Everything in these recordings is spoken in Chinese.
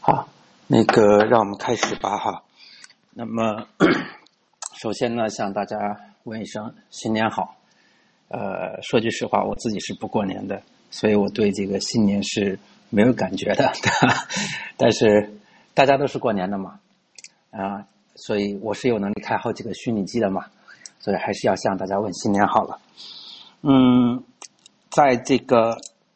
好，让我们开始吧哈。那么，首先呢，向大家问一声新年好。说句实话，我自己是不过年的，所以我对这个新年是没有感觉的。但是大家都是过年的嘛，所以我是有能力开好几个虚拟机的嘛，所以还是要向大家问新年好了。在这个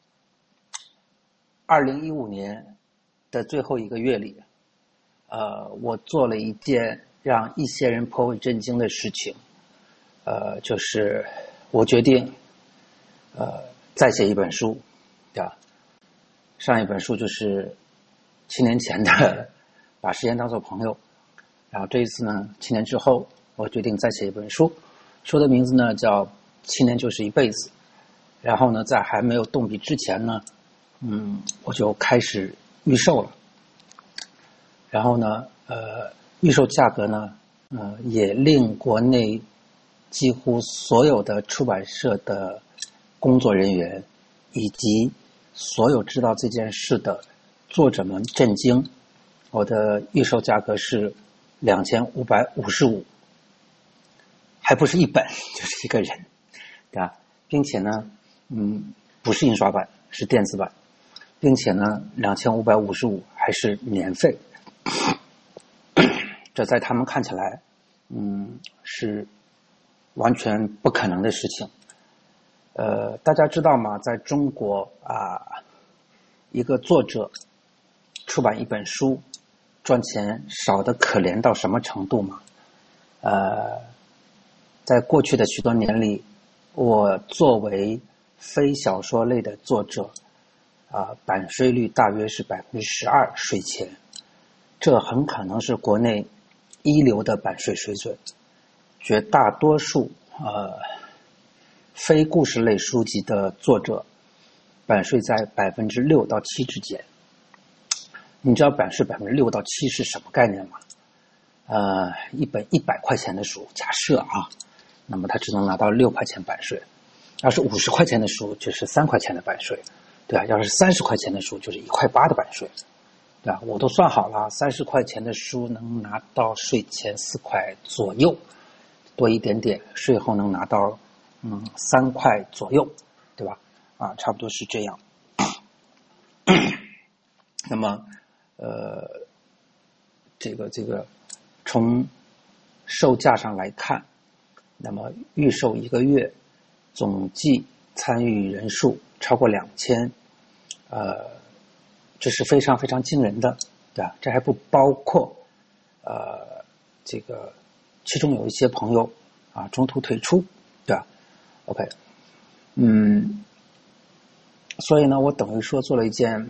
2015年的最后一个月里，我做了一件让一些人颇为震惊的事情，就是我决定，再写一本书，对吧？上一本书就是7年前的把时间当作朋友，然后这一次呢，7年之后，我决定再写一本书，书的名字呢叫7年就是一辈子。然后呢，在还没有动笔之前呢，我就开始预售了。然后呢，预售价格呢，也令国内几乎所有的出版社的工作人员以及所有知道这件事的作者们震惊。我的预售价格是2555，还不是一本，就是一个人，对吧？并且呢，不是印刷版，是电子版，并且呢，2555还是年费。这在他们看起来，是完全不可能的事情。大家知道吗？在中国一个作者出版一本书，赚钱少得可怜到什么程度吗？在过去的许多年里，我作为非小说类的作者，版税率大约是12%税前，这很可能是国内一流的版税水准。绝大多数非故事类书籍的作者，版税在6%到7%之间。你知道版税6%到7%是什么概念吗？一本100块钱的书，假设那么他只能拿到6块钱版税。要是50块钱的书，就是3块钱的版税，对吧？要是30块钱的书，就是1块8的版税，对吧？我都算好了，30块钱的书能拿到税前4块左右，多一点点，税后能拿到3块左右，对吧？差不多是这样。那么这个从售价上来看，那么预售1个月总计参与人数超过2000，这是非常非常惊人的，对吧？这还不包括这个其中有一些朋友中途退出，对吧 ？OK， 所以呢，我等于说做了一件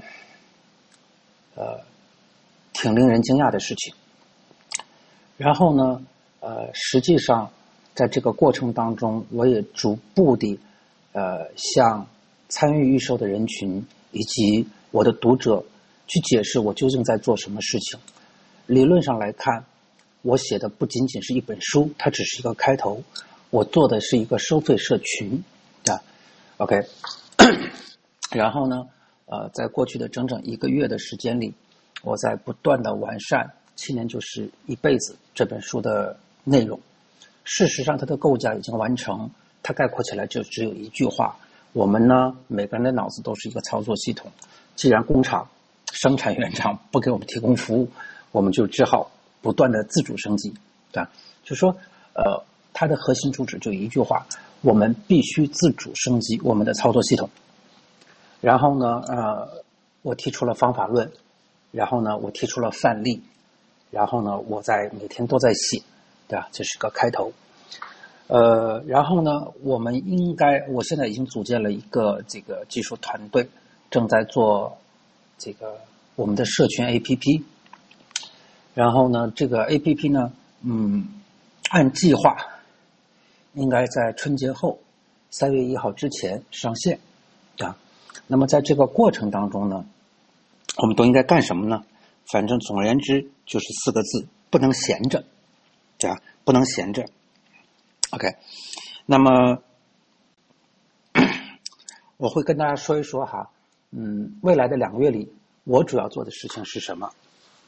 挺令人惊讶的事情。然后呢，实际上在这个过程当中，我也逐步地向参与预售的人群以及我的读者去解释我究竟在做什么事情。理论上来看，我写的不仅仅是一本书，它只是一个开头，我做的是一个收费社群OK 然后呢，在过去的整整1个月的时间里，我在不断的完善7年就是一辈子这本书的内容。事实上它的构架已经完成，它概括起来就只有一句话：我们呢，每个人的脑子都是一个操作系统，既然工厂生产原厂不给我们提供服务，我们就只好不断的自主升级，对吧？就是说它的核心主旨就一句话：我们必须自主升级我们的操作系统。然后呢我提出了方法论，然后呢我提出了范例，然后呢我每天都在写，对吧？这是个开头。然后呢我现在已经组建了一个这个技术团队，正在做这个我们的社群 APP。然后呢这个 APP 呢按计划应该在春节后3月1号之前上线，对吧？那么在这个过程当中呢，我们都应该干什么呢？反正总而言之就是4个字：不能闲着，对吧？不能闲着。OK， 那么我会跟大家说一说未来的2个月里我主要做的事情是什么？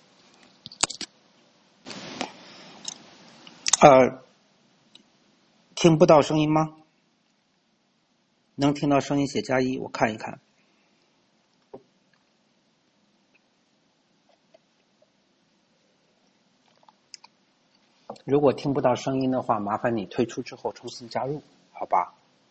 听不到声音吗？能听到声音写+1，我看一看。如果听不到声音的话，麻烦你退出之后重新加入，好吧？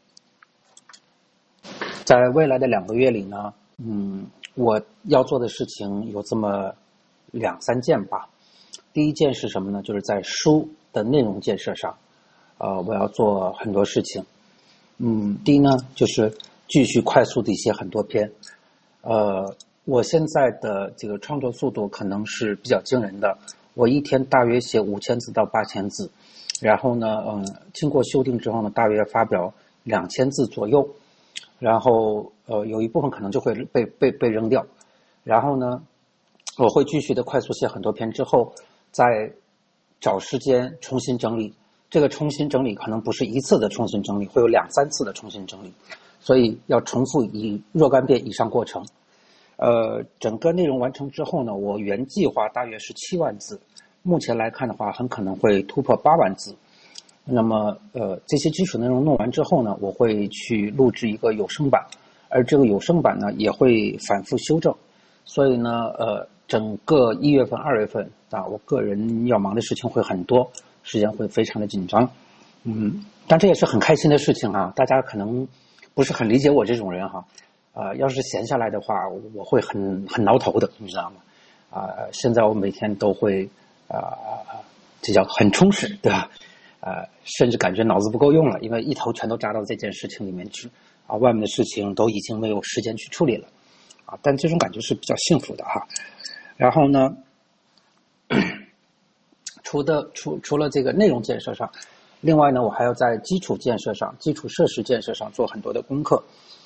在未来的2个月里呢，我要做的事情有这么2-3件吧。第一件是什么呢？就是在书的内容建设上，我要做很多事情。第一呢，就是继续快速地写很多篇。我现在的这个创作速度可能是比较惊人的，我一天大约写5000字到8000字，然后呢，经过修订之后呢，大约发表2000字左右，然后有一部分可能就会被扔掉，然后呢，我会继续的快速写很多篇之后，再找时间重新整理。这个重新整理可能不是一次的重新整理，会有2-3次的重新整理，所以要重复以若干遍以上过程。整个内容完成之后呢，我原计划大约是7万字，目前来看的话，很可能会突破8万字。那么，这些基础内容弄完之后呢，我会去录制一个有声版，而这个有声版呢，也会反复修正。所以呢，整个1月份、2月份我个人要忙的事情会很多，时间会非常的紧张。但这也是很开心的事情啊！大家可能不是很理解我这种人哈。要是闲下来的话，我会很挠头的，你知道吗？现在我每天都会这叫很充实，对吧？甚至感觉脑子不够用了，因为一头全都扎到这件事情里面去外面的事情都已经没有时间去处理了但这种感觉是比较幸福的哈。然后呢，除了这个内容建设上，另外呢，我还要在基础建设上、基础设施建设上做很多的功课。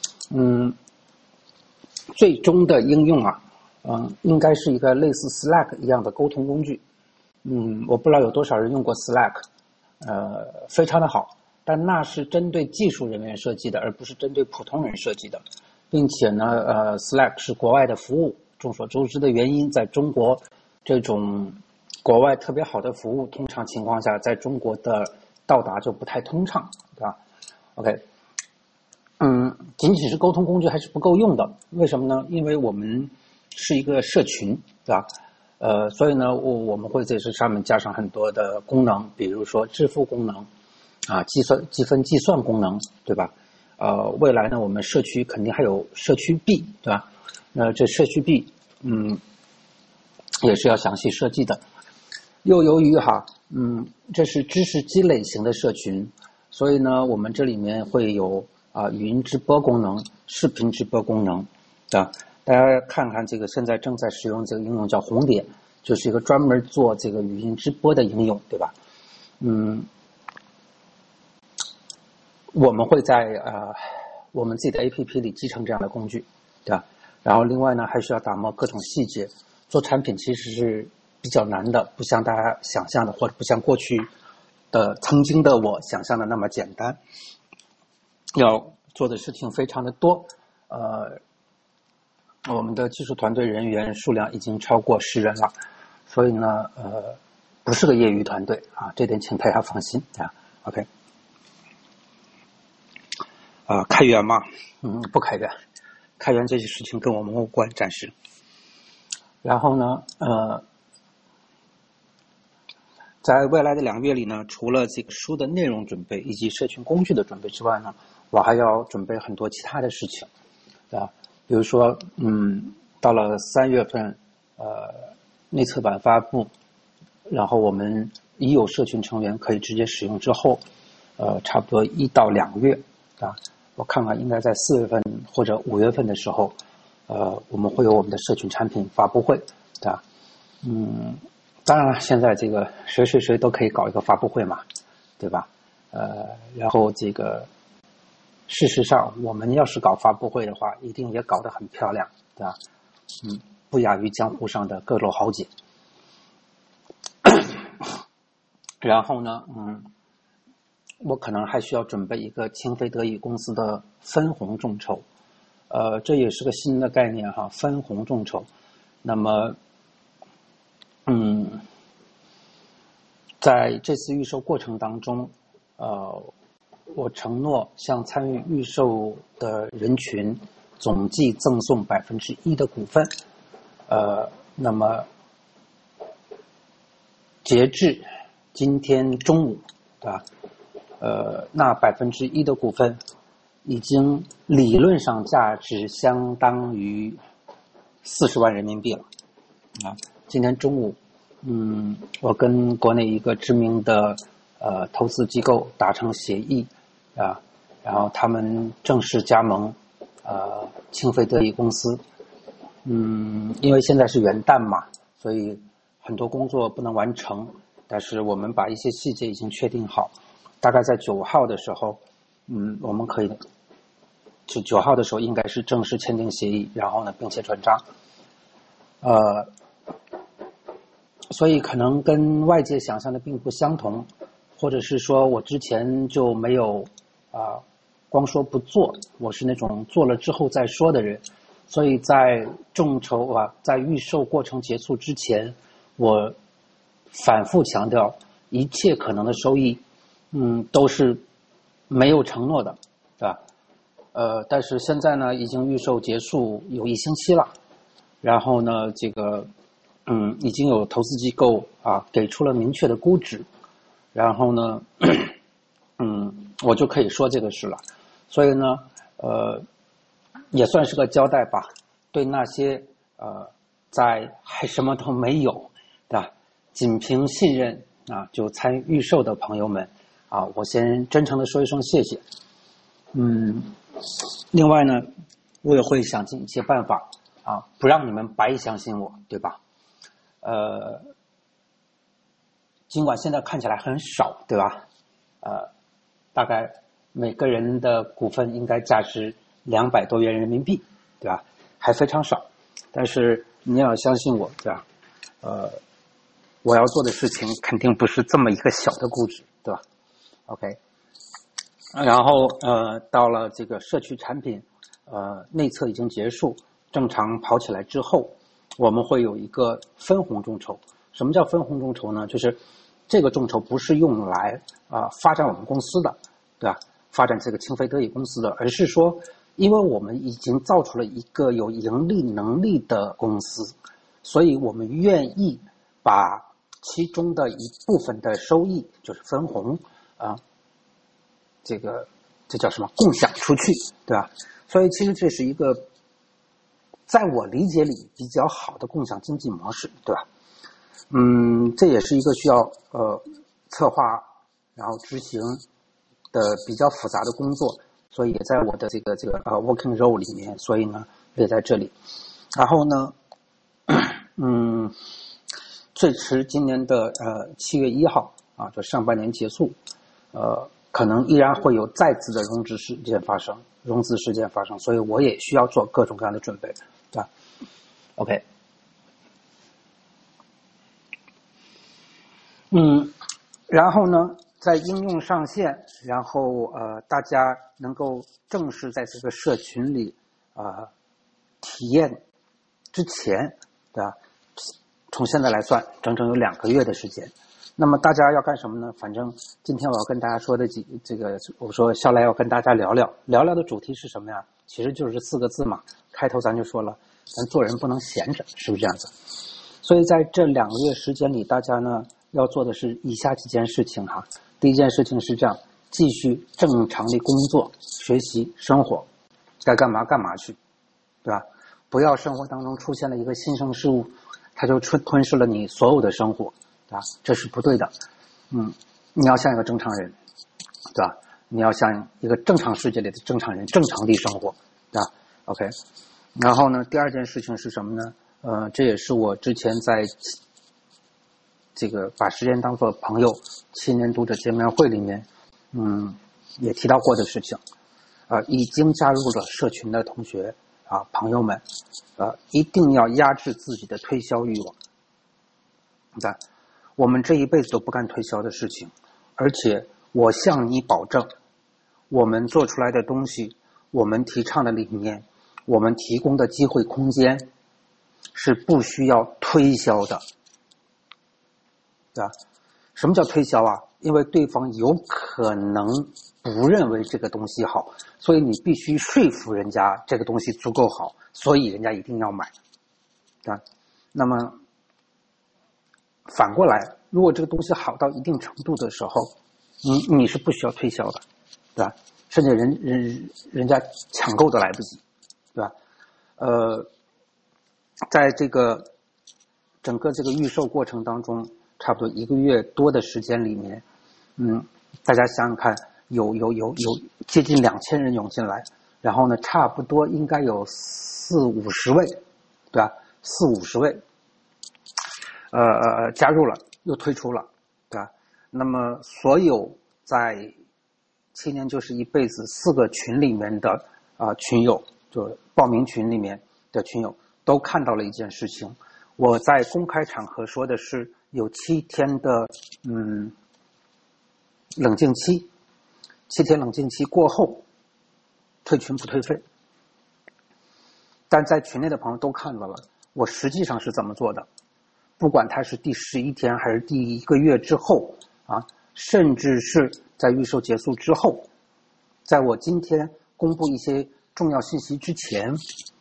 最终的应用应该是一个类似 Slack 一样的沟通工具。我不知道有多少人用过 Slack，非常的好，但那是针对技术人员设计的，而不是针对普通人设计的，并且呢，Slack 是国外的服务。众所周知的原因，在中国这种国外特别好的服务，通常情况下在中国的到达就不太通畅，对吧 ？OK。仅仅是沟通工具还是不够用的。为什么呢？因为我们是一个社群，对吧？所以呢，我们会在这上面加上很多的功能，比如说支付功能，计算功能，对吧？未来呢，我们社区肯定还有社区币，对吧？这社区币，也是要详细设计的。又由于这是知识积累型的社群，所以呢，我们这里面会有语音直播功能、视频直播功能，大家看看这个现在正在使用这个应用叫红点，就是一个专门做这个语音直播的应用，对吧？我们会在我们自己的 APP 里集成这样的工具，对吧？然后另外呢，还需要打磨各种细节。做产品其实是比较难的，不像大家想象的，或者不像过去的曾经的我想象的那么简单。要做的事情非常的多，我们的技术团队人员数量已经超过10人了，所以呢，不是个业余团队这点请大家放心OK。开源嘛，不开源，开源这些事情跟我们无关，暂时。然后呢，在未来的2个月里呢，除了这个书的内容准备以及社群工具的准备之外呢，我还要准备很多其他的事情，比如说，到了3月份，内测版发布，然后我们已有社群成员可以直接使用之后，差不多1到2个月，我看看应该在4月份或者5月份的时候，我们会有我们的社群产品发布会，当然了，现在这个谁都可以搞一个发布会嘛，对吧？然后这个事实上，我们要是搞发布会的话，一定也搞得很漂亮，对吧？不亚于江湖上的各路豪杰。然后呢，我可能还需要准备一个情非得已公司的分红众筹，这也是个新的概念哈，分红众筹。 那么在这次预售过程当中，我承诺向参与预售的人群总计赠送1%的股份。那么截至今天中午，对吧？那1%的股份已经理论上价值相当于40万人民币了。今天中午，我跟国内一个知名的投资机构达成协议然后他们正式加盟清菲德意公司。因为现在是元旦嘛，所以很多工作不能完成，但是我们把一些细节已经确定好，大概在9号的时候，我们可以就9号的时候应该是正式签订协议，然后呢并且转账。所以可能跟外界想象的并不相同，或者是说我之前就没有光说不做，我是那种做了之后再说的人。所以在众筹在预售过程结束之前，我反复强调一切可能的收益都是没有承诺的，对吧？但是现在呢已经预售结束有1星期了，然后呢这个已经有投资机构给出了明确的估值，然后呢我就可以说这个事了。所以呢也算是个交代吧，对那些在还什么都没有的仅凭信任就参与预售的朋友们我先真诚的说一声谢谢。另外呢我也会想尽一切办法不让你们白相信我，对吧？尽管现在看起来很少，对吧？大概每个人的股份应该价值200多元人民币，对吧？还非常少，但是你要相信我，对吧？我要做的事情肯定不是这么一个小的估值，对吧 ？OK， 然后到了这个社区产品内测已经结束，正常跑起来之后，我们会有一个分红众筹。什么叫分红众筹呢？就是这个众筹不是用来发展我们公司的，对吧？发展这个清菲德意公司的，而是说因为我们已经造出了一个有盈利能力的公司，所以我们愿意把其中的一部分的收益，就是分红这叫什么？共享出去，对吧？所以其实这是一个在我理解里比较好的共享经济模式，对吧？这也是一个需要策划然后执行的比较复杂的工作，所以也在我的这个working role 里面，所以呢列在这里。然后呢最迟今年的7月1号就上半年结束，可能依然会有再次的融资事件发生，所以我也需要做各种各样的准备，对吧 ？OK， 然后呢，在应用上线，然后大家能够正式在这个社群里体验之前，对吧？从现在来算，整整有2个月的时间。那么大家要干什么呢？反正今天我要跟大家说的我说下来要跟大家聊聊的主题是什么呀？其实就是4个字嘛，开头咱就说了，咱做人不能闲着，是不是这样子？所以在这2个月时间里，大家呢要做的是以下几件事情哈。第一件事情是这样，继续正常的工作、学习、生活，该干嘛干嘛去，对吧？不要生活当中出现了一个新生事物，它就吞噬了你所有的生活，对吧？这是不对的。你要像一个正常人，对吧？你要像一个正常世界里的正常人，正常地生活，对吧 ？OK。然后呢，第2件事情是什么呢？这也是我之前在这个把时间当作朋友7年读者见面会里面，也提到过的事情。已经加入了社群的同学朋友们，一定要压制自己的推销欲望。对，我们这一辈子都不干推销的事情，而且我向你保证，我们做出来的东西，我们提倡的理念，我们提供的机会空间， 是不需要推销的，对吧？什么叫推销啊？因为对方有可能不认为这个东西好，所以你必须说服人家这个东西足够好，所以人家一定要买，对吧？那么反过来，如果这个东西好到一定程度的时候，你是不需要推销的，对吧？甚至人家抢购都来不及，对吧？在这个整个这个预售过程当中，差不多1个月多的时间里面，大家想想看，有接近2000人涌进来，然后呢，差不多应该有40-50位，对吧？40-50位，加入了，又退出了，对吧？那么所有在7年就是一辈子4个群里面的群友，就报名群里面的群友都看到了一件事情。我在公开场合说的是有7天的冷静期，7天冷静期过后退群不退费。但在群内的朋友都看到了我实际上是怎么做的，不管他是第11天还是第1个月之后甚至是在预售结束之后，在我今天公布一些重要信息之前，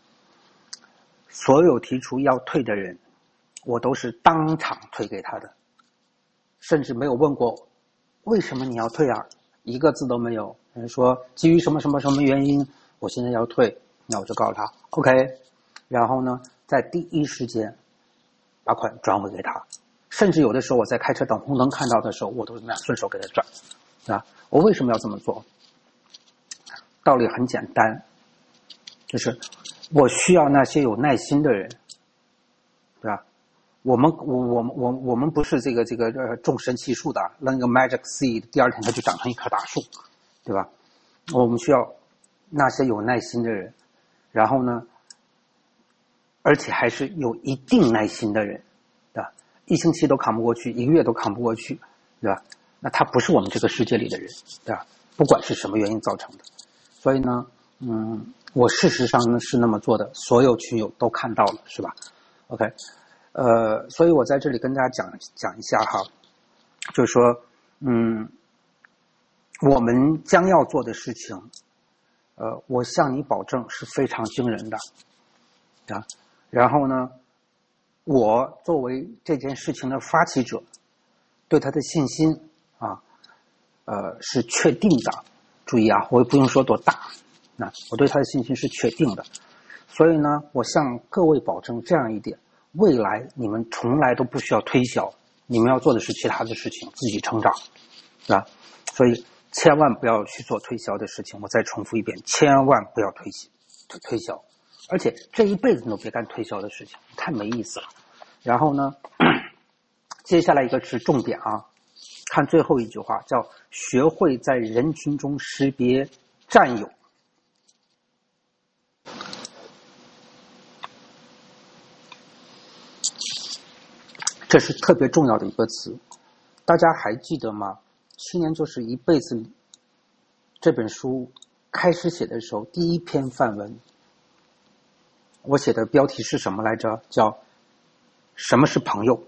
所有提出要退的人，我都是当场退给他的，甚至没有问过为什么你要退啊，一个字都没有。人说基于什么什么什么原因，我现在要退，那我就告诉他 OK， 然后呢，在第一时间把款转回给他，甚至有的时候我在开车等红灯看到的时候，我都那样顺手给他转啊。我为什么要这么做？道理很简单，就是我需要那些有耐心的人，对吧？我们不是这个种神奇树的，扔一个 magic seed， 第2天它就长成一棵大树，对吧？我们需要那些有耐心的人，然后呢，而且还是有一定耐心的人，对吧？1星期都扛不过去，1个月都扛不过去，对吧？那他不是我们这个世界里的人，对吧？不管是什么原因造成的。所以呢，我事实上呢是那么做的，所有群友都看到了，是吧 ？OK， 所以我在这里跟大家讲一下哈，就是说，我们将要做的事情，我向你保证是非常惊人的，啊，然后呢，我作为这件事情的发起者，对他的信心是确定的。注意啊，我也不用说多大，我对他的信心是确定的。所以呢，我向各位保证这样一点：未来你们从来都不需要推销，你们要做的是其他的事情，自己成长，是吧？所以千万不要去做推销的事情。我再重复一遍，千万不要推销，而且这一辈子你都别干推销的事情，太没意思了。然后呢，接下来一个是重点啊。看最后一句话，叫学会在人群中识别战友。这是特别重要的一个词，大家还记得吗？7年就是一辈子这本书开始写的时候，第1篇范文，我写的标题是什么来着？叫什么是朋友？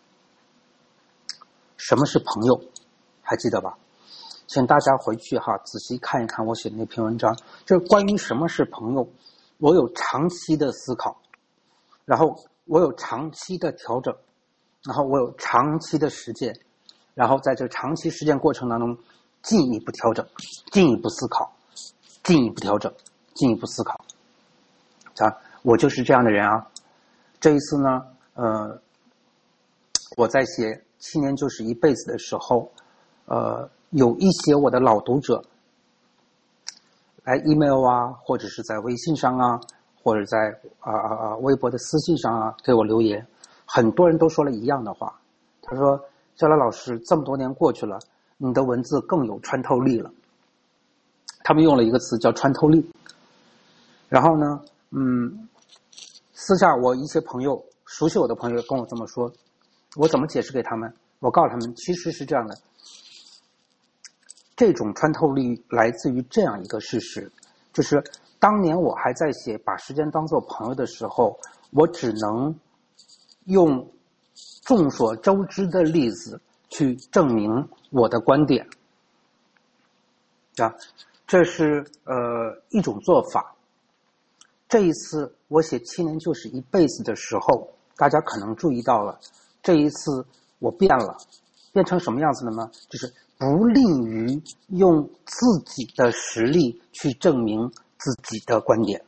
什么是朋友？还记得吧？请大家回去仔细看一看我写的那篇文章，就是关于什么是朋友，我有长期的思考，然后我有长期的调整，然后我有长期的实践，然后在这长期实践过程当中进一步调整，进一步思考，进一步调整，进一步思考我就是这样的人啊。这一次呢我在写7年就是一辈子的时候，有一些我的老读者来 email 或者是在微信上或者在微博的私信上给我留言，很多人都说了一样的话。他说：“肖老师，这么多年过去了，你的文字更有穿透力了。”他们用了一个词叫穿透力。然后呢，私下我一些朋友，熟悉我的朋友跟我这么说，我怎么解释给他们？我告诉他们，其实是这样的，这种穿透力来自于这样一个事实，就是当年我还在写把时间当作朋友的时候， 我只能用众所周知的例子去证明我的观点啊，这是一种做法。这一次我写7年就是一辈子的时候，大家可能注意到了，这一次我变了，变成什么样子了呢？就是不利于用自己的实力去证明自己的观点。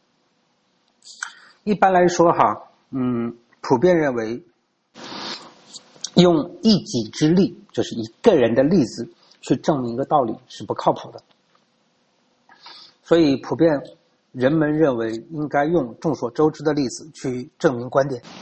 一般来说哈，普遍认为用一己之力，就是一个人的例子去证明一个道理是不靠谱的。所以普遍人们认为应该用众所周知的例子去证明观点。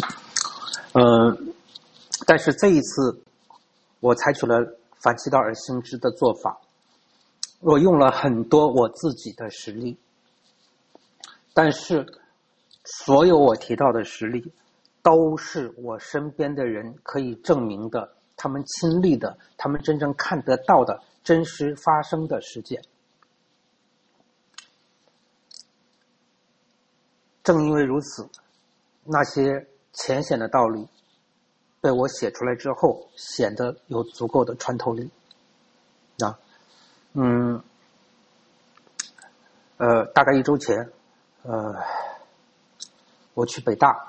但是这一次我采取了反其道而行之的做法，我用了很多我自己的实例，但是所有我提到的实例都是我身边的人可以证明的，他们亲历的，他们真正看得到的真实发生的事件。正因为如此，那些浅显的道理被我写出来之后显得有足够的穿透力啊。大概1周前我去北大，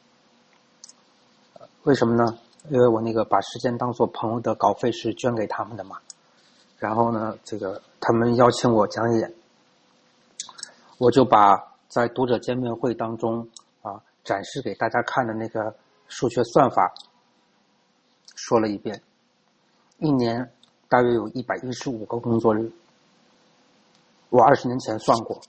为什么呢？因为我那个把时间当做朋友的稿费是捐给他们的嘛。然后呢，他们邀请我讲演，我就把在读者见面会当中展示给大家看的那个数学算法说了一遍。一年大约有115个工作日，我20年前算过，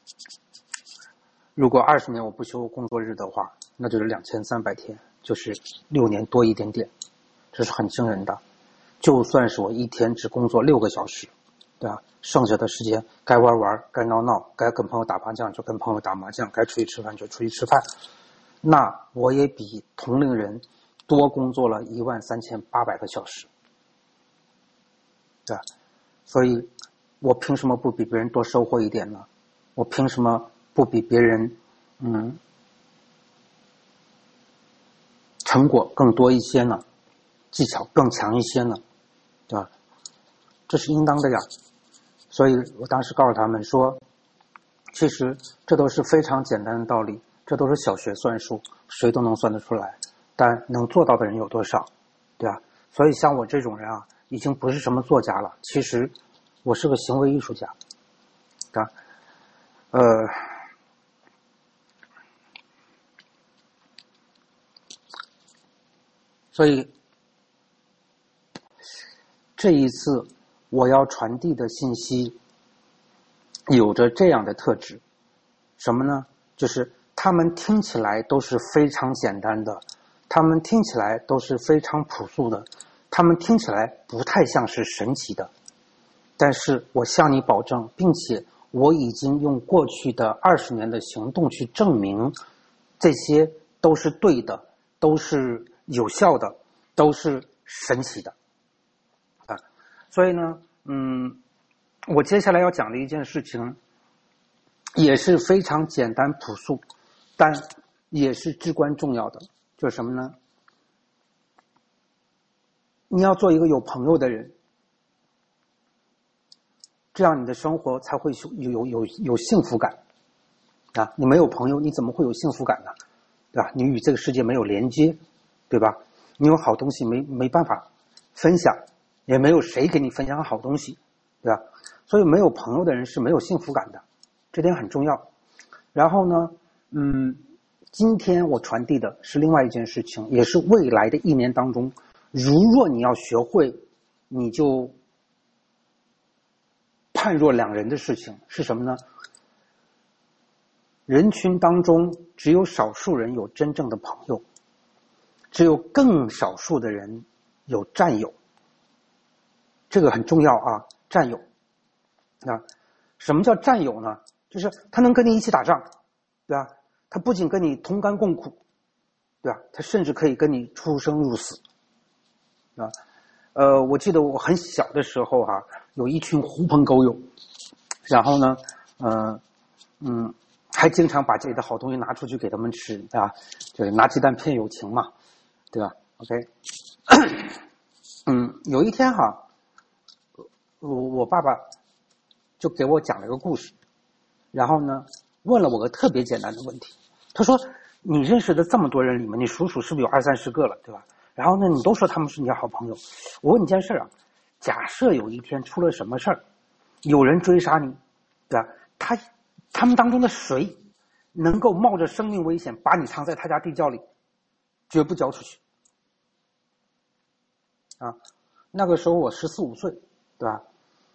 如果20年我不休工作日的话，那就是2300天，就是6年多一点点，这是很惊人的。就算是我一天只工作6个小时，对吧？剩下的时间该玩玩，该闹闹，该跟朋友打麻将就跟朋友打麻将，该出去吃饭就出去吃饭，那我也比同龄人多工作了13800个小时，对吧？所以我凭什么不比别人多收获一点呢？我凭什么不比别人成果更多一些呢？技巧更强一些呢？对吧？这是应当的呀。所以我当时告诉他们说，其实这都是非常简单的道理，这都是小学算术，谁都能算得出来，但能做到的人有多少，对吧？所以像我这种人啊，已经不是什么作家了，其实我是个行为艺术家，对吧？所以这一次我要传递的信息有着这样的特质，什么呢？就是他们听起来都是非常简单的，他们听起来都是非常朴素的，他们听起来不太像是神奇的，但是我向你保证，并且我已经用过去的20年的行动去证明，这些都是对的，都是有效的，都是神奇的啊。所以呢，我接下来要讲的一件事情也是非常简单朴素，但也是至关重要的，就是什么呢？你要做一个有朋友的人，这样你的生活才会有幸福感啊！你没有朋友，你怎么会有幸福感呢？对吧？你与这个世界没有连接，对吧？你有好东西没办法分享，也没有谁给你分享好东西，对吧？所以没有朋友的人是没有幸福感的，这点很重要。然后呢，今天我传递的是另外一件事情，也是未来的1年当中，如若你要学会，你就判若两人的事情是什么呢？人群当中只有少数人有真正的朋友，只有更少数的人有战友，这个很重要啊！战友啊，什么叫战友呢？就是他能跟你一起打仗，对吧？他不仅跟你同甘共苦，对吧？他甚至可以跟你出生入死，啊。我记得我很小的时候有一群狐朋狗友，然后呢， 还经常把自己的好东西拿出去给他们吃，对吧？就是拿鸡蛋骗友情嘛，对吧 ？OK， 有一天哈，我爸爸就给我讲了个故事，然后呢，问了我个特别简单的问题。他说：“你认识的这么多人里面，你数数是不是有20-30个了，对吧？然后呢，你都说他们是你的好朋友。我问你件事啊，假设有一天出了什么事儿，有人追杀你，对吧？他们当中的谁能够冒着生命危险把你藏在他家地窖里，绝不交出去？啊，那个时候我14、15岁，对吧？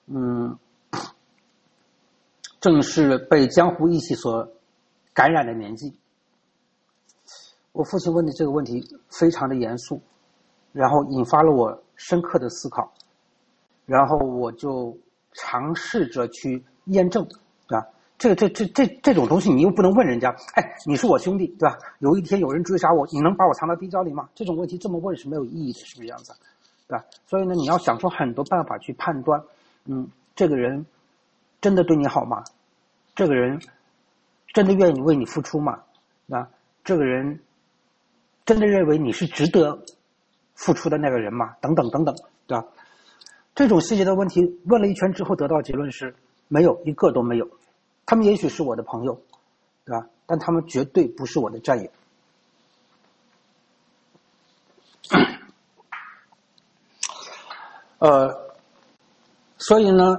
正是被江湖义气所感染的年纪。我父亲问的这个问题非常的严肃，然后引发了我深刻的思考，然后我就尝试着去验证，对吧？这种东西你又不能问人家，哎，你是我兄弟，对吧？有一天有人追杀我，你能把我藏到地窖里吗？这种问题这么问是没有意义的，是不是这样子？对吧？所以呢，你要想出很多办法去判断，这个人真的对你好吗？这个人真的愿意为你付出吗？啊，这个人真的认为你是值得付出的那个人吗？等等等等，对吧？这种细节的问题问了一圈之后，得到结论是没有，一个都没有。他们也许是我的朋友，对吧？但他们绝对不是我的战友。所以呢，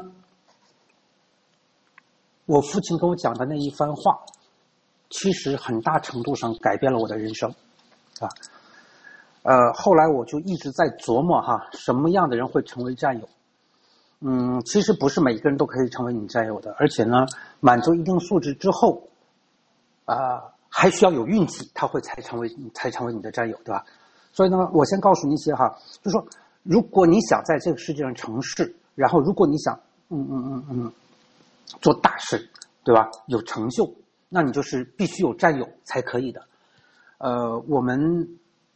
我父亲跟我讲的那一番话，其实很大程度上改变了我的人生，啊，后来我就一直在琢磨哈，什么样的人会成为战友？其实不是每一个人都可以成为你战友的，而且呢，满足一定素质之后，还需要有运气，他会才成为你的战友，对吧？所以呢，我先告诉你一些哈，就说如果你想在这个世界上成事，然后如果你想做大事，对吧？有成就，那你就是必须有战友才可以的。我们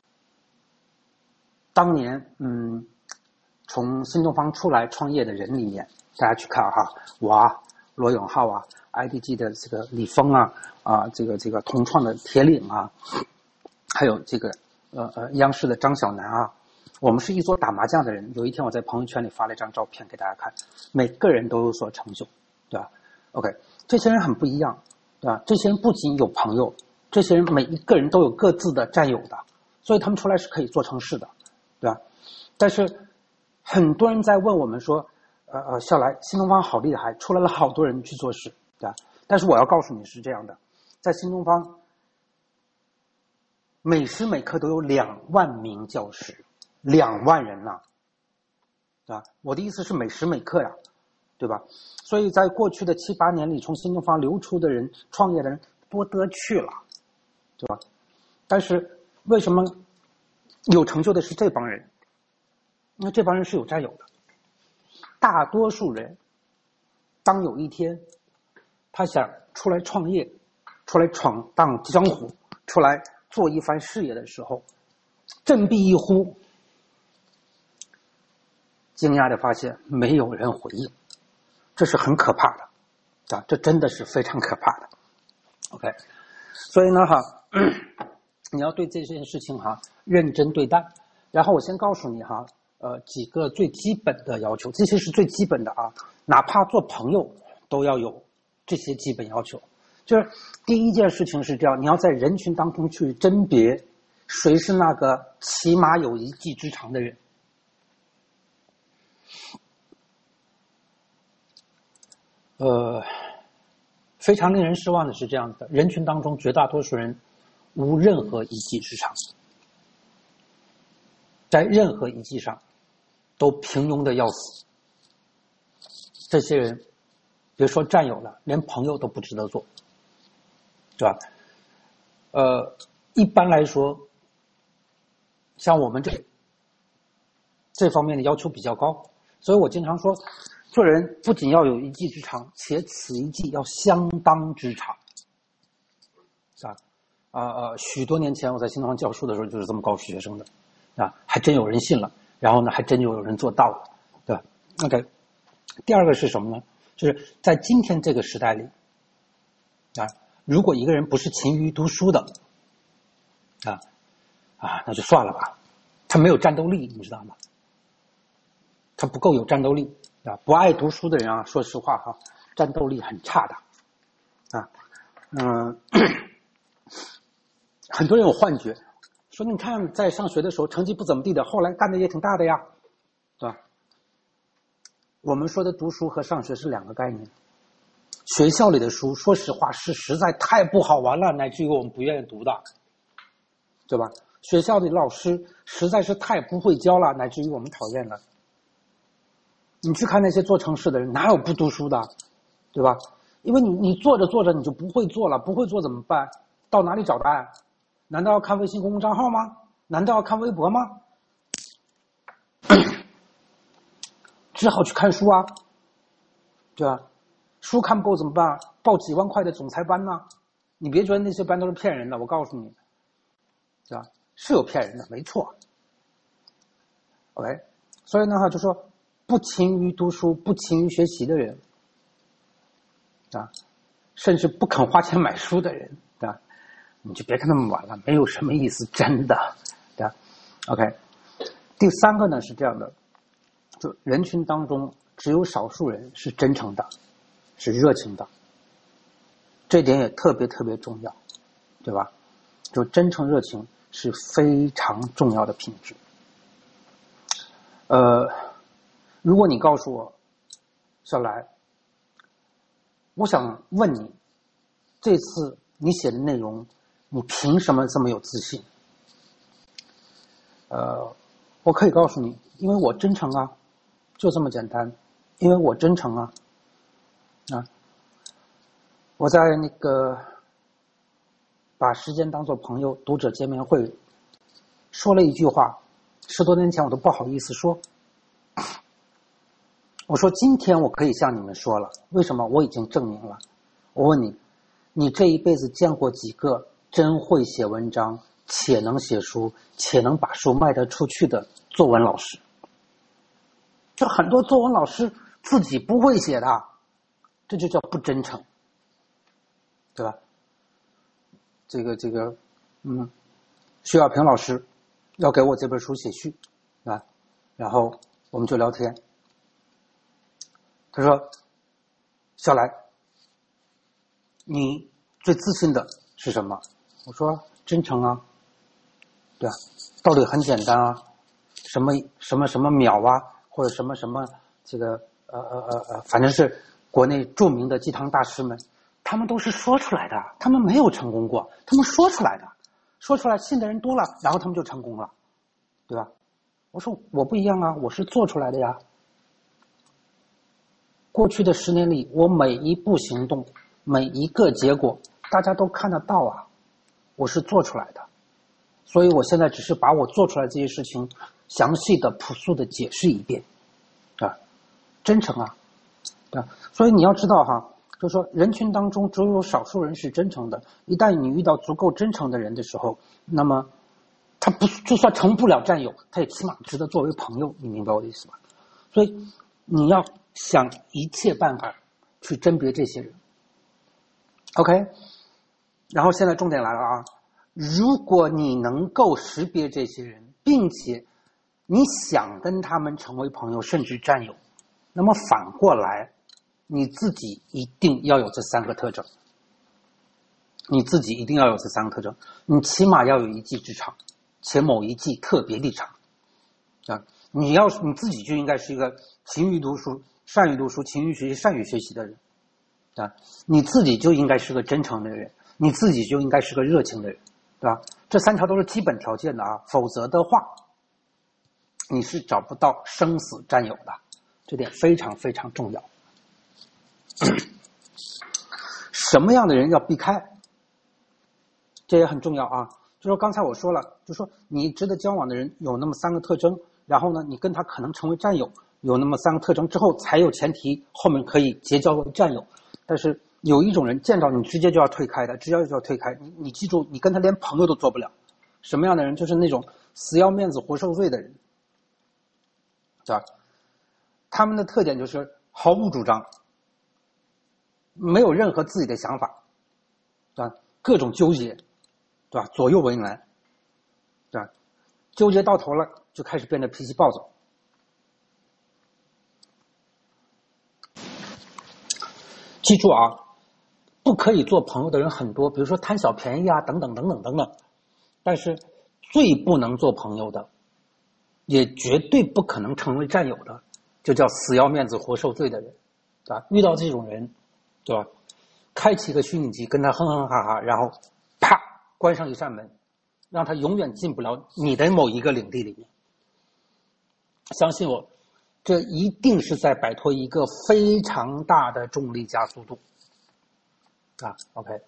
当年从新东方出来创业的人里面，大家去看哈，我啊，罗永浩啊 ，IDG 的这个李峰啊，这个同创的铁岭啊，还有这个央视的张小楠啊，我们是一桌打麻将的人。有一天我在朋友圈里发了一张照片给大家看，每个人都有所成就，对吧 ？OK， 这些人很不一样，对吧？这些人不仅有朋友，这些人每一个人都有各自的战友的，所以他们出来是可以做成事的，对吧？但是很多人在问我们说，笑来新东方好厉害，出来了好多人去做事，对吧？但是我要告诉你是这样的，在新东方，每时每刻都有2万名教师，2万人呐，对吧？我的意思是每时每刻呀，对吧？所以在过去的7、8年里，从新东方流出的人、创业的人多得去了，对吧？但是为什么有成就的是这帮人？因为这帮人是有战友的。大多数人，当有一天他想出来创业，出来闯荡江湖，出来做一番事业的时候，振臂一呼，惊讶的发现没有人回应，这是很可怕的，啊，这真的是非常可怕的。OK， 所以呢你要对这件事情认真对待。然后我先告诉你几个最基本的要求，这些是最基本的啊，哪怕做朋友都要有这些基本要求。就是第一件事情是这样，你要在人群当中去甄别谁是那个起码有一技之长的人。非常令人失望的是这样的，人群当中绝大多数人无任何一技之长，在任何一技上都平庸的要死。这些人别说战友了，连朋友都不值得做，对吧？一般来说，像我们这方面的要求比较高，所以我经常说，做人不仅要有一技之长，且此一技要相当之长，是吧？许多年前我在新东方教书的时候就是这么告诉学生的，啊，还真有人信了，然后呢，还真就有人做到了，对吧 ？OK， 第二个是什么呢？就是在今天这个时代里， 如果一个人不是勤于读书的，那就算了吧，他没有战斗力，你知道吗？他不够有战斗力啊！不爱读书的人啊，说实话哈，战斗力很差的啊。很多人有幻觉，说你看在上学的时候成绩不怎么地的，后来干的也挺大的呀，对吧？我们说的读书和上学是两个概念。学校里的书，说实话是实在太不好玩了，乃至于我们不愿意读的，对吧？学校的老师实在是太不会教了，乃至于我们讨厌了。你去看那些做城市的人，哪有不读书的，对吧？因为你做着做着你就不会做了，不会做怎么办？到哪里找答案？难道要看微信公众账号吗？难道要看微博吗？只好去看书啊，对吧？书看不够怎么办？报几万块的总裁班呢？你别觉得那些班都是骗人的，我告诉你，对吧？是有骗人的，没错。OK， 所以呢，就说不勤于读书、不勤于学习的人，甚至不肯花钱买书的人，对吧？你就别跟他们玩了，没有什么意思，真的，对吧 ？OK， 第三个呢是这样的，就人群当中只有少数人是真诚的，是热情的，这点也特别特别重要，对吧？就真诚热情是非常重要的品质。如果你告诉我，小来，我想问你，这次你写的内容，你凭什么这么有自信？我可以告诉你，因为我真诚啊，就这么简单，因为我真诚啊。我在那个把时间当作朋友读者见面会说了一句话，10多年前我都不好意思说。我说今天我可以向你们说了，为什么？我已经证明了。我问你，你这一辈子见过几个真会写文章，且能写书，且能把书卖得出去的作文老师？就很多作文老师自己不会写的，这就叫不真诚，对吧？徐小平老师要给我这本书写序啊，然后我们就聊天。他说：“小来，你最自信的是什么？”我说：“真诚啊，对啊，道理很简单啊，什么秒啊，或者什么反正是国内著名的鸡汤大师们，他们都是说出来的，他们没有成功过，他们说出来的，说出来信的人多了，然后他们就成功了，对吧？”我说：“我不一样啊，我是做出来的呀。过去的10年里，我每一步行动，每一个结果，大家都看得到啊，我是做出来的。所以我现在只是把我做出来这些事情详细的、朴素的解释一遍，真诚啊，所以你要知道哈，就是说人群当中只有少数人是真诚的。一旦你遇到足够真诚的人的时候，那么他不就算成不了战友，他也起码值得作为朋友，你明白我的意思吧？所以你要想一切办法去甄别这些人。OK， 然后现在重点来了啊！如果你能够识别这些人，并且你想跟他们成为朋友甚至战友，那么反过来你自己一定要有这3个特征。你自己一定要有这3个特征，你起码要有一技之长，且某一技特别的长你自己就应该是一个勤于读书、善于读书、勤于学习、善于学习的人你自己就应该是个真诚的人，你自己就应该是个热情的人，对吧？这3条都是基本条件的啊，否则的话你是找不到生死战友的，这点非常非常重要。什么样的人要避开，这也很重要啊。就说刚才我说了，就说你值得交往的人有那么3个特征，然后呢你跟他可能成为战友，有那么3个特征之后才有前提后面可以结交为战友。但是有一种人见到你直接就要退开的，直接就要退开，你记住，你跟他连朋友都做不了。什么样的人？就是那种死要面子活受罪的人，对吧？他们的特点就是毫无主张，没有任何自己的想法，对各种纠结，对吧？左右为难，对吧？纠结到头了，就开始变得脾气暴躁。记住啊，不可以做朋友的人很多，比如说贪小便宜啊，等等等等等等。但是最不能做朋友的，也绝对不可能成为战友的，就叫死要面子活受罪的人，对吧？遇到这种人，对吧？开启个虚拟机，跟他哼哼哈哈，然后啪关上一扇门，让他永远进不了你的某一个领地里面。相信我，这一定是在摆脱一个非常大的重力加速度啊。OK，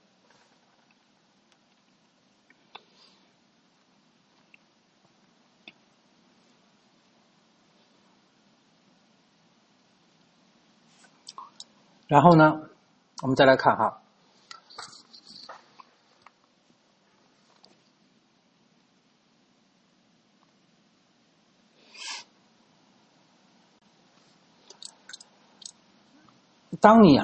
然后呢，我们再来看哈。当你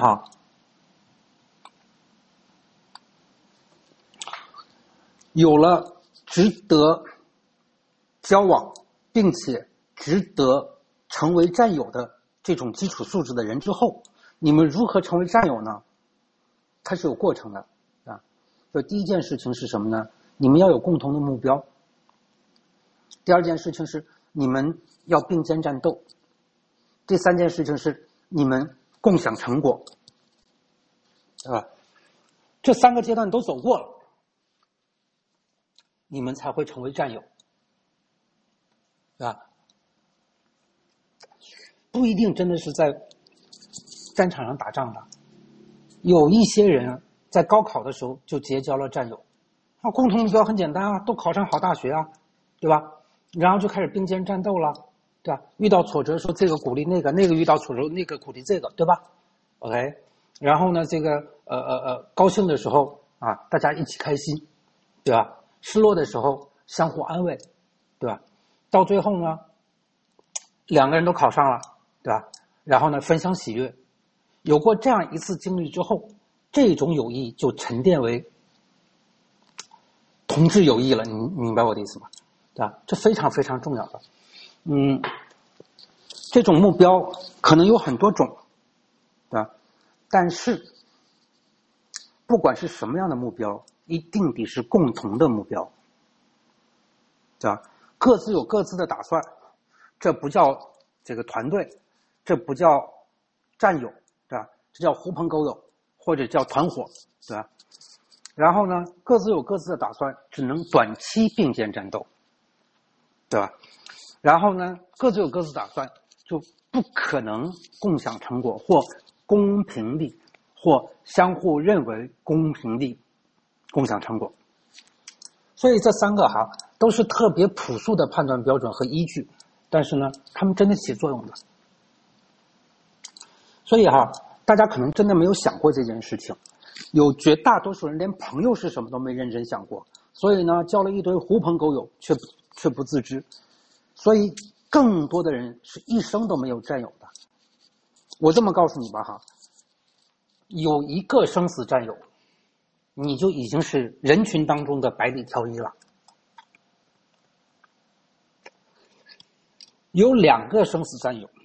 有了值得交往并且值得成为战友的这种基础素质的人之后，你们如何成为战友呢？它是有过程的啊。就第一件事情是什么呢？你们要有共同的目标。第二件事情是你们要并肩战斗。第三件事情是你们共享成果。这三个阶段都走过了，你们才会成为战友，不一定真的是在战场上打仗的。有一些人在高考的时候就结交了战友，共同目标很简单啊，都考上好大学啊，对吧？然后就开始并肩战斗了，对吧？遇到挫折说这个鼓励那个，那个遇到挫折那个鼓励这个，对吧 ？OK， 然后呢，这个高兴的时候啊，大家一起开心，对吧？失落的时候相互安慰，对吧？到最后呢，两个人都考上了，对吧？然后呢，分享喜悦。有过这样一次经历之后，这种友谊就沉淀为同志友谊了。你明白我的意思吗？对吧？这非常非常重要的。这种目标可能有很多种，对吧？但是不管是什么样的目标，一定得是共同的目标，对吧？各自有各自的打算，这不叫这个团队，这不叫战友，对吧？这叫狐朋狗友，或者叫团伙，对吧？然后呢，各自有各自的打算，只能短期并肩战斗，对吧？然后呢，各自有各自打算，就不可能共享成果或公平地或相互认为公平地共享成果。所以这三个都是特别朴素的判断标准和依据，但是呢，他们真的起作用的。所以大家可能真的没有想过这件事情，有绝大多数人连朋友是什么都没认真想过，所以呢，交了一堆狐朋狗友，却不自知。所以更多的人是一生都没有战友的。我这么告诉你吧有一个生死战友，你就已经是人群当中的百里挑一了。有两个生死战友，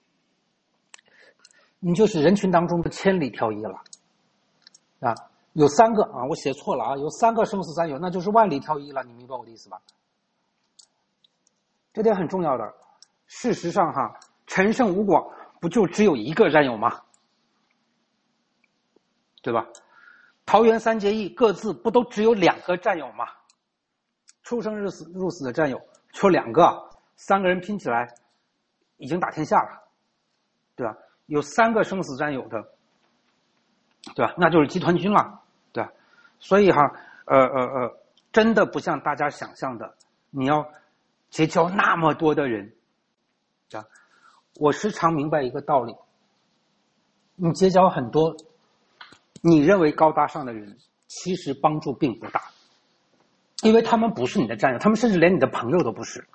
你就是人群当中的千里挑一了。有三个我写错了有三个生死战友，那就是万里挑一了。你明白我的意思吧？这点很重要的。事实上陈胜吴广不就只有一个战友吗？对吧？桃园三结义各自不都只有两个战友吗？出生入死的战友就两个，三个人拼起来已经打天下了，对吧？有三个生死战友的，对吧？那就是集团军了，对吧？所以真的不像大家想象的，你要结交那么多的人，对吧？我时常明白一个道理，你结交很多你认为高大上的人，其实帮助并不大，因为他们不是你的战友，他们甚至连你的朋友都不是，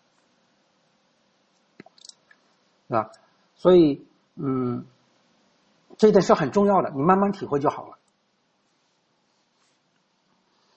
所以这一点是很重要的，你慢慢体会就好了。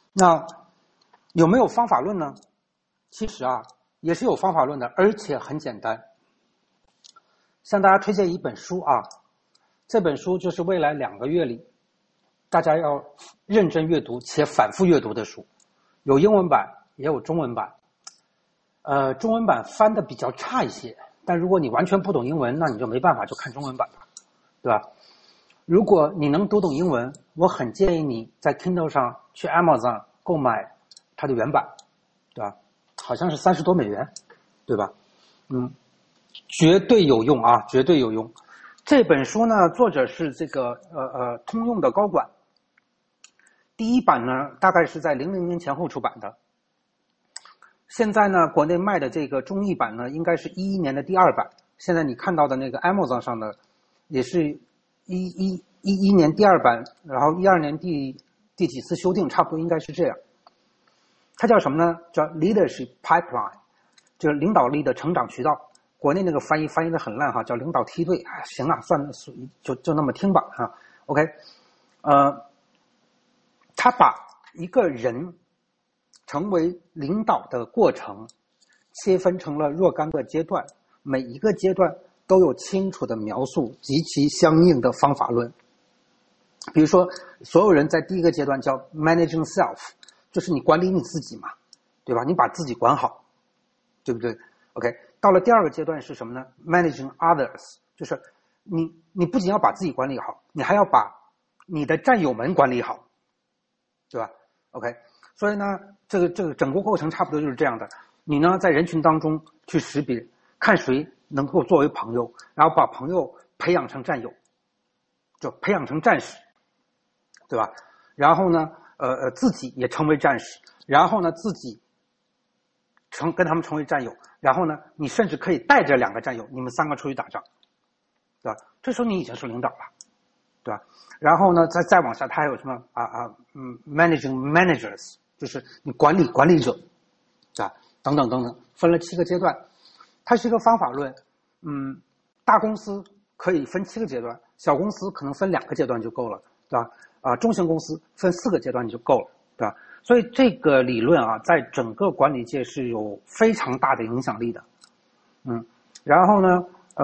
那有没有方法论呢？其实啊，也是有方法论的，而且很简单。向大家推荐一本书啊，这本书就是未来2个月里大家要认真阅读且反复阅读的书，有英文版也有中文版。中文版翻的比较差一些，但如果你完全不懂英文，那你就没办法，就看中文版吧，对吧？如果你能读懂英文，我很建议你在 Kindle 上去 Amazon 购买它的原版，对吧？好像是30多美元，对吧？绝对有用啊，绝对有用。这本书呢，作者是这个通用的高管。第一版呢，大概是在00年前后出版的。现在呢，国内卖的这个中译版呢，应该是11年的第2版。现在你看到的那个 Amazon 上的，也是11年第2版，然后12年第几次修订，差不多应该是这样。它叫什么呢？叫 Leadership Pipeline， 就是领导力的成长渠道。国内那个翻译的很烂哈，叫领导梯队。行啊，算了，就那么听吧哈。OK， 他把一个人成为领导的过程切分成了若干个阶段，每一个阶段都有清楚的描述及其相应的方法论。比如说，所有人在第一个阶段叫 managing self， 就是你管理你自己嘛，对吧？你把自己管好，对不对 ？OK， 到了第2个阶段是什么呢？ managing others， 就是你不仅要把自己管理好，你还要把你的战友们管理好，对吧 ？OK。所以呢，这个整个过程差不多就是这样的。你呢，在人群当中去识别，看谁能够作为朋友，然后把朋友培养成战友，就培养成战士，对吧？然后呢，自己也成为战士，然后呢，自己跟他们成为战友，然后呢，你甚至可以带着2个战友，你们3个出去打仗，对吧？这时候你已经是领导了，对吧？然后呢，再往下，他还有什么managing managers。就是你管理者，啊，等等等等，分了7个阶段，它是一个方法论。大公司可以分7个阶段，小公司可能分2个阶段就够了，对吧？中型公司分4个阶段就够了，对吧？所以这个理论啊，在整个管理界是有非常大的影响力的。然后呢，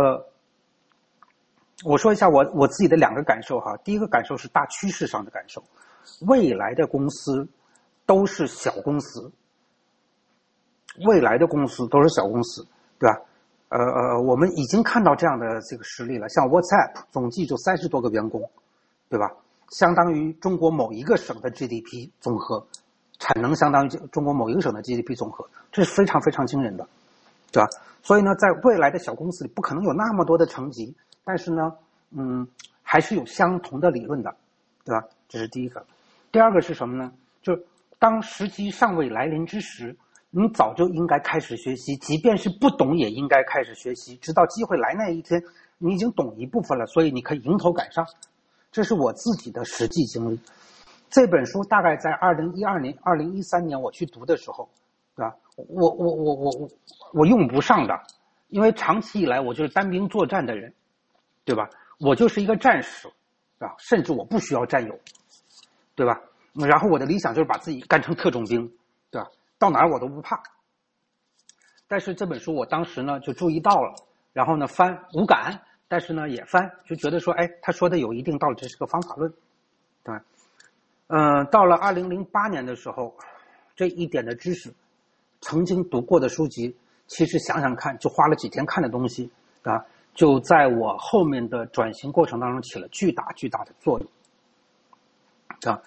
我说一下我自己的2个感受哈。第一个感受是大趋势上的感受，未来的公司都是小公司，未来的公司都是小公司，对吧？我们已经看到这样的这个实例了，像 WhatsApp 总计就30多个员工，对吧？相当于中国某一个省的 GDP 总和，产能相当于中国某一个省的 GDP 总和，这是非常非常惊人的，对吧？所以呢，在未来的小公司里不可能有那么多的层级，但是呢，还是有相同的理论的，对吧？这是第一个。第2个是什么呢？就是当时机尚未来临之时，你早就应该开始学习，即便是不懂也应该开始学习，直到机会来那一天，你已经懂一部分了，所以你可以迎头赶上。这是我自己的实际经历。这本书大概在2012年、2013年我去读的时候，对吧？我用不上的，因为长期以来我就是单兵作战的人，对吧？我就是一个战士，啊，甚至我不需要战友，对吧？然后我的理想就是把自己干成特种兵，对吧？到哪儿我都不怕。但是这本书我当时呢就注意到了，然后呢翻无感，但是呢也翻，就觉得说，哎，他说的有一定道理，这是个方法论，对吧？到了2008年的时候，这一点的知识，曾经读过的书籍，其实想想看，就花了几天看的东西，啊，就在我后面的转型过程当中起了巨大巨大的作用，啊。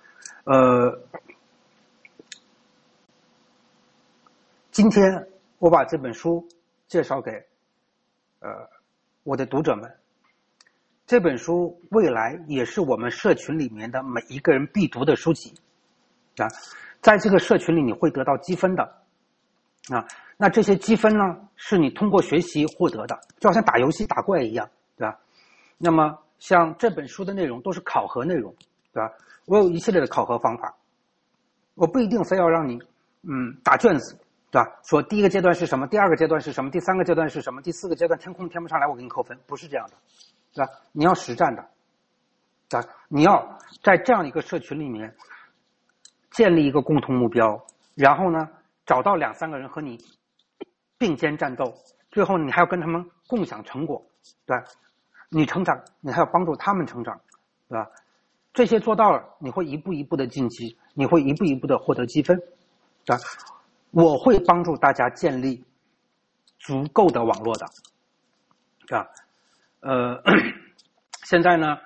今天我把这本书介绍给我的读者们。这本书未来也是我们社群里面的每一个人必读的书籍啊，在这个社群里你会得到积分的啊，那这些积分呢是你通过学习获得的，就好像打游戏打怪一样，对吧？那么像这本书的内容都是考核内容，对吧？我有一系列的考核方法，我不一定非要让你打卷子，对吧？说第一个阶段是什么，第2个阶段是什么，第3个阶段是什么，第4个阶段填空填不上来我给你扣分，不是这样的，对吧？你要实战的，对吧？你要在这样一个社群里面建立一个共同目标，然后呢，找到2-3个人和你并肩战斗，最后你还要跟他们共享成果，对吧？你成长，你还要帮助他们成长，对吧？这些做到了，你会一步一步的晋级，你会一步一步的获得积分，对吧？我会帮助大家建立足够的网络的，对吧？现在呢，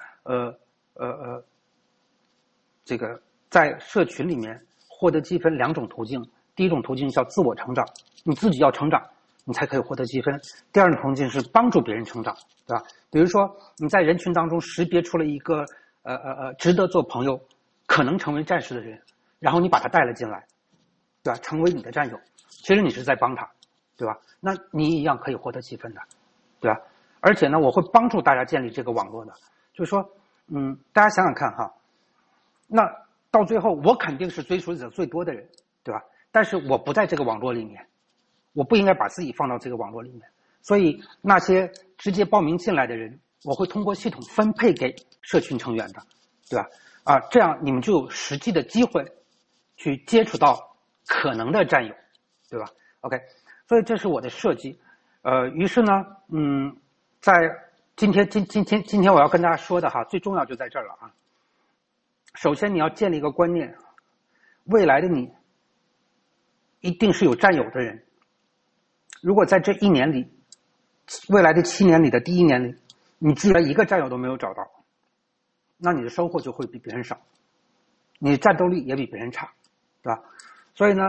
这个在社群里面获得积分2种途径，第一种途径叫自我成长，你自己要成长，你才可以获得积分；第二种途径是帮助别人成长，对吧？比如说你在人群当中识别出了一个值得做朋友、可能成为战士的人，然后你把他带了进来，对吧？成为你的战友，其实你是在帮他，对吧？那你一样可以获得积分的，对吧？而且呢，我会帮助大家建立这个网络的，就是说，大家想想看哈，那到最后我肯定是追随者最多的人，对吧？但是我不在这个网络里面，我不应该把自己放到这个网络里面，所以那些直接报名进来的人，我会通过系统分配给社群成员的，对吧？这样你们就有实际的机会去接触到可能的战友，对吧 ？OK， 所以这是我的设计。于是呢，在今天我要跟大家说的哈，最重要就在这儿了啊。首先你要建立一个观念，未来的你一定是有战友的人。如果在这1年里，未来的7年里的第1年里，你居然一个战友都没有找到，那你的收获就会比别人少，你的战斗力也比别人差，对吧？所以呢，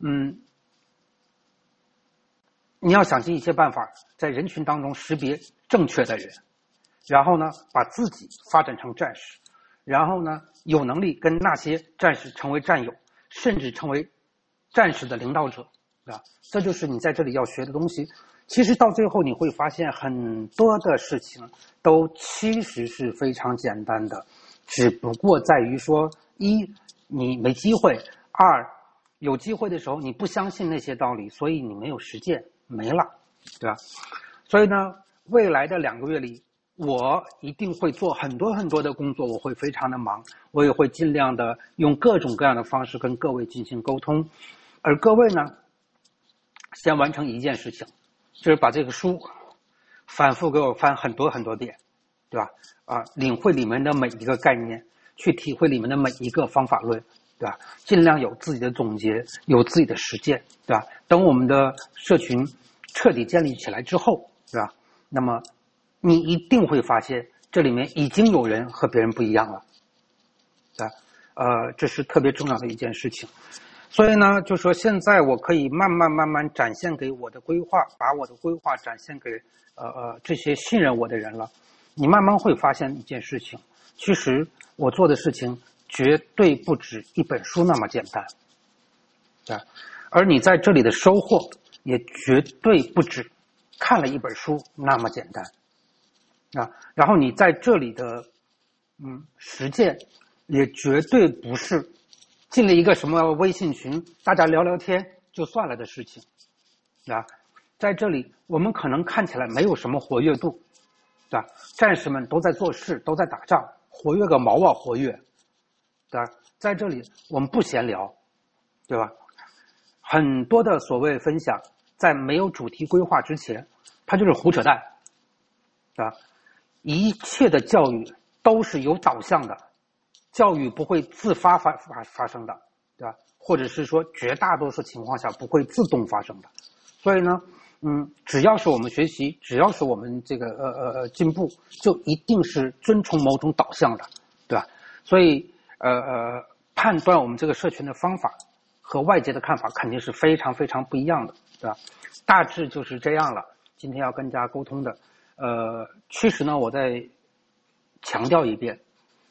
你要想尽一切办法，在人群当中识别正确的人，然后呢，把自己发展成战士，然后呢，有能力跟那些战士成为战友，甚至成为战士的领导者，对吧？这就是你在这里要学的东西。其实到最后你会发现很多的事情都其实是非常简单的，只不过在于说，一，你没机会；二，有机会的时候你不相信那些道理，所以你没有实践，没了，对吧？所以呢，未来的2个月里，我一定会做很多很多的工作，我会非常的忙，我也会尽量的用各种各样的方式跟各位进行沟通。而各位呢，先完成一件事情，就是把这个书反复给我翻很多很多遍，对吧？领会里面的每一个概念，去体会里面的每一个方法论，对吧？尽量有自己的总结，有自己的实践，对吧？等我们的社群彻底建立起来之后，对吧？那么你一定会发现这里面已经有人和别人不一样了，对吧？这是特别重要的一件事情。所以呢，就说现在我可以慢慢展现给我的规划，把我的规划展现给这些信任我的人了。你慢慢会发现一件事情，其实我做的事情绝对不止一本书那么简单，对吧？而你在这里的收获也绝对不止看了一本书那么简单啊。然后你在这里的实践也绝对不是进了一个什么微信群，大家聊聊天就算了的事情，啊，在这里我们可能看起来没有什么活跃度，对吧？战士们都在做事，都在打仗，活跃个毛啊活跃，对吧？在这里我们不闲聊，对吧？很多的所谓分享，在没有主题规划之前，它就是胡扯淡，对吧？一切的教育都是有导向的。教育不会自发生的，对吧？或者是说绝大多数情况下不会自动发生的。所以呢，只要是我们学习，只要是我们这个进步，就一定是遵从某种导向的，对吧？所以判断我们这个社群的方法和外界的看法肯定是非常非常不一样的，对吧？大致就是这样了。今天要跟大家沟通的，其实呢，我再强调一遍，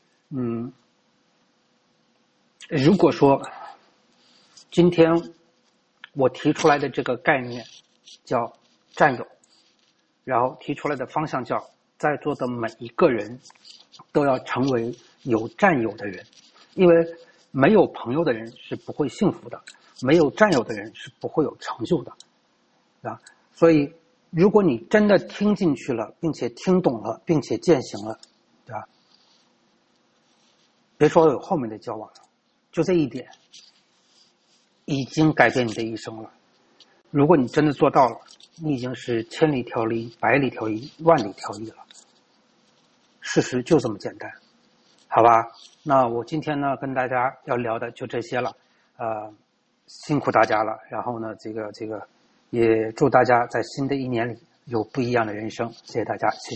如果说今天我提出来的这个概念叫战友，然后提出来的方向叫在座的每一个人都要成为有战友的人，因为没有朋友的人是不会幸福的，没有战友的人是不会有成就的，啊，所以如果你真的听进去了，并且听懂了，并且践行了，对吧？别说有后面的交往了， 就这一点已经改变你的一生了。如果你真的做到了，你已经是千里挑一、百里挑一、万里挑一了。事实就这么简单，好吧？那我今天呢跟大家要聊的就这些了，辛苦大家了。然后呢，这个也祝大家在新的一年里有不一样的人生。谢谢大家。